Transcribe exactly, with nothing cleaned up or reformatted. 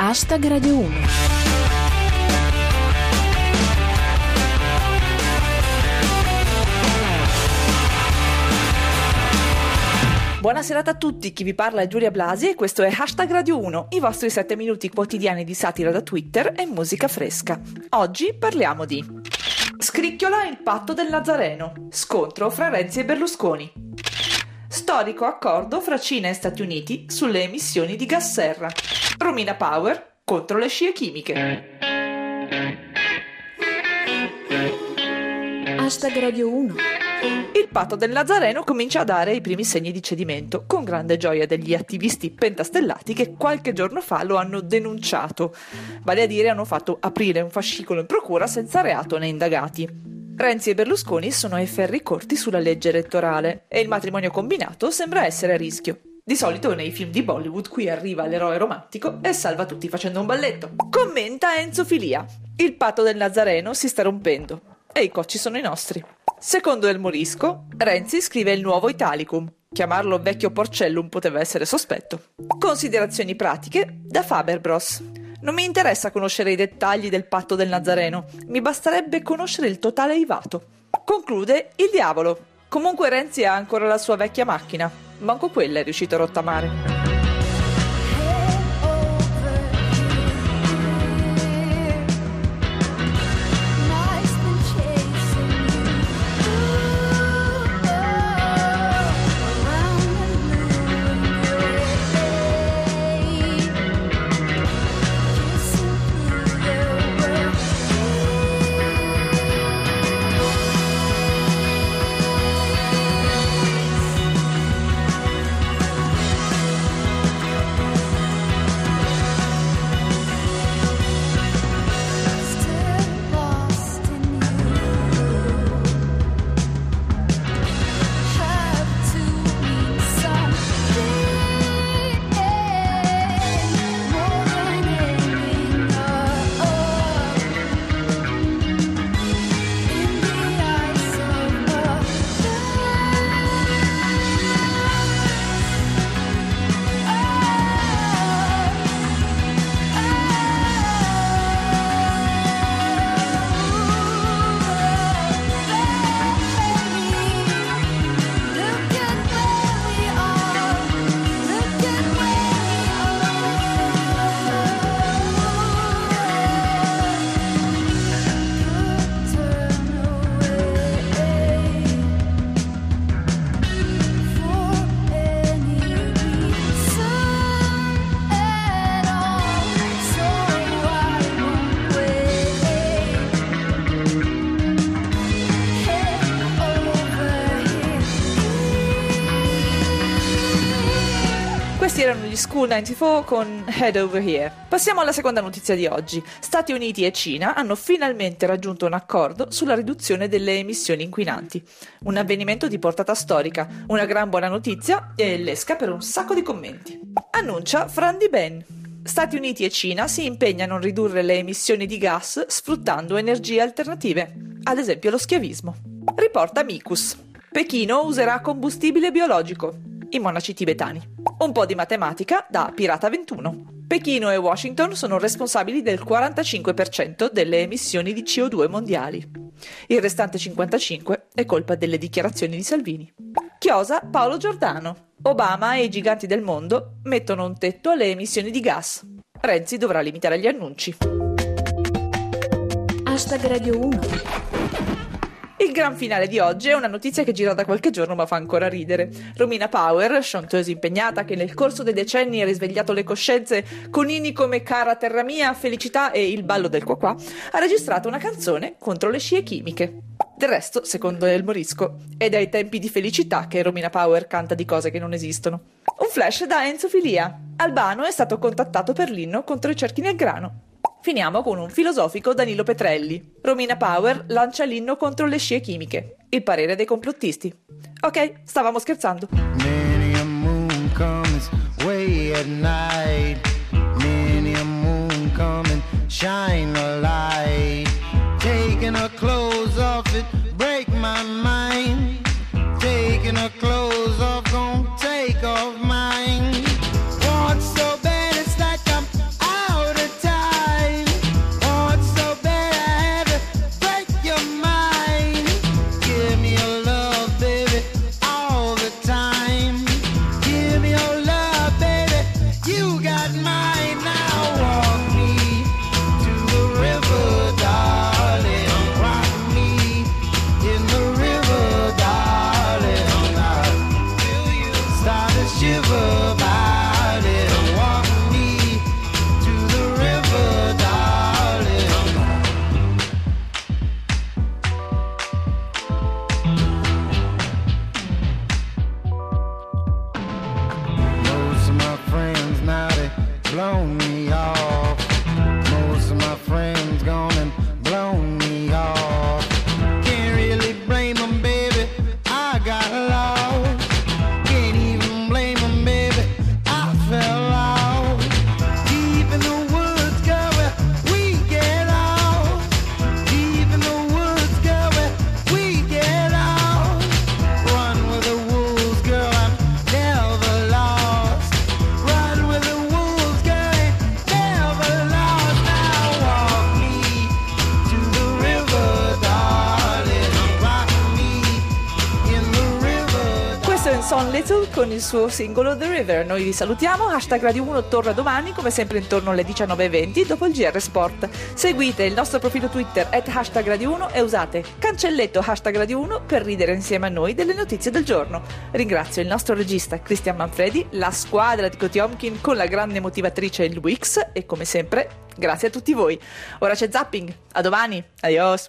Hashtag Radio uno. Buona serata a tutti, chi vi parla è Giulia Blasi e questo è Hashtag Radio uno, i vostri sette minuti quotidiani di satira da Twitter e musica fresca. Oggi parliamo di scricchiola il patto del Nazareno, scontro fra Renzi e Berlusconi, storico accordo fra Cina e Stati Uniti sulle emissioni di gas serra, Romina Power contro le scie chimiche. Hashtag Radio uno. Il patto del Nazareno comincia a dare i primi segni di cedimento, con grande gioia degli attivisti pentastellati che qualche giorno fa lo hanno denunciato, vale a dire hanno fatto aprire un fascicolo in procura senza reato né indagati. Renzi e Berlusconi sono ai ferri corti sulla legge elettorale e il matrimonio combinato sembra essere a rischio. Di solito nei film di Bollywood qui arriva l'eroe romantico e salva tutti facendo un balletto. Commenta Enzo Filia: il patto del Nazareno si sta rompendo e i cocci sono i nostri. Secondo El Morisco, Renzi scrive il nuovo Italicum. Chiamarlo vecchio porcellum poteva essere sospetto. Considerazioni pratiche da Faber Bros. Non mi interessa conoscere i dettagli del patto del Nazareno, mi basterebbe conoscere il totale ivato. Conclude il diavolo. Comunque Renzi ha ancora la sua vecchia macchina, manco quella è riuscito a rottamare. Questi erano gli School novantaquattro con Head Over Here. Passiamo alla seconda notizia di oggi. Stati Uniti e Cina hanno finalmente raggiunto un accordo sulla riduzione delle emissioni inquinanti. Un avvenimento di portata storica, una gran buona notizia e l'esca per un sacco di commenti. Annuncia Fran Di Ben. Stati Uniti e Cina si impegnano a ridurre le emissioni di gas sfruttando energie alternative, ad esempio lo schiavismo. Riporta Micus. Pechino userà combustibile biologico. I monaci tibetani. Un po' di matematica da Pirata ventuno. Pechino e Washington sono responsabili del quarantacinque per cento delle emissioni di C O due mondiali. Il restante cinquantacinque per cento è colpa delle dichiarazioni di Salvini. Chiosa Paolo Giordano. Obama e i giganti del mondo mettono un tetto alle emissioni di gas. Renzi dovrà limitare gli annunci. Hashtag Radio uno. Il gran finale di oggi è una notizia che gira da qualche giorno ma fa ancora ridere. Romina Power, chanteuse impegnata che nel corso dei decenni ha risvegliato le coscienze con inni come Cara terra mia, Felicità e Il ballo del qua qua, ha registrato una canzone contro le scie chimiche. Del resto, secondo El Morisco, è dai tempi di Felicità che Romina Power canta di cose che non esistono. Un flash da Enzo Filia. Albano è stato contattato per l'inno contro i cerchi nel grano. Finiamo con un filosofico Danilo Petrelli. Romina Power lancia l'inno contro le scie chimiche. Il parere dei complottisti. Ok, stavamo scherzando. Many a moon comes way at night. Many a moon coming, shine a light. Taking her clothes off, it break my mind. Taking her clothes off, gon' take off mine. Want so bad, it's like I'm out of Questo è Son Little con il suo singolo The River. Noi vi salutiamo, hashtag Radio uno torna domani come sempre intorno alle diciannove e venti dopo il G R Sport. Seguite il nostro profilo Twitter at hashtag Radio uno e usate cancelletto hashtag Radio uno per ridere insieme a noi delle notizie del giorno. Ringrazio il nostro regista Cristian Manfredi, la squadra di Kotiomkin con la grande motivatrice Luix e come sempre grazie a tutti voi. Ora c'è zapping, a domani, adios!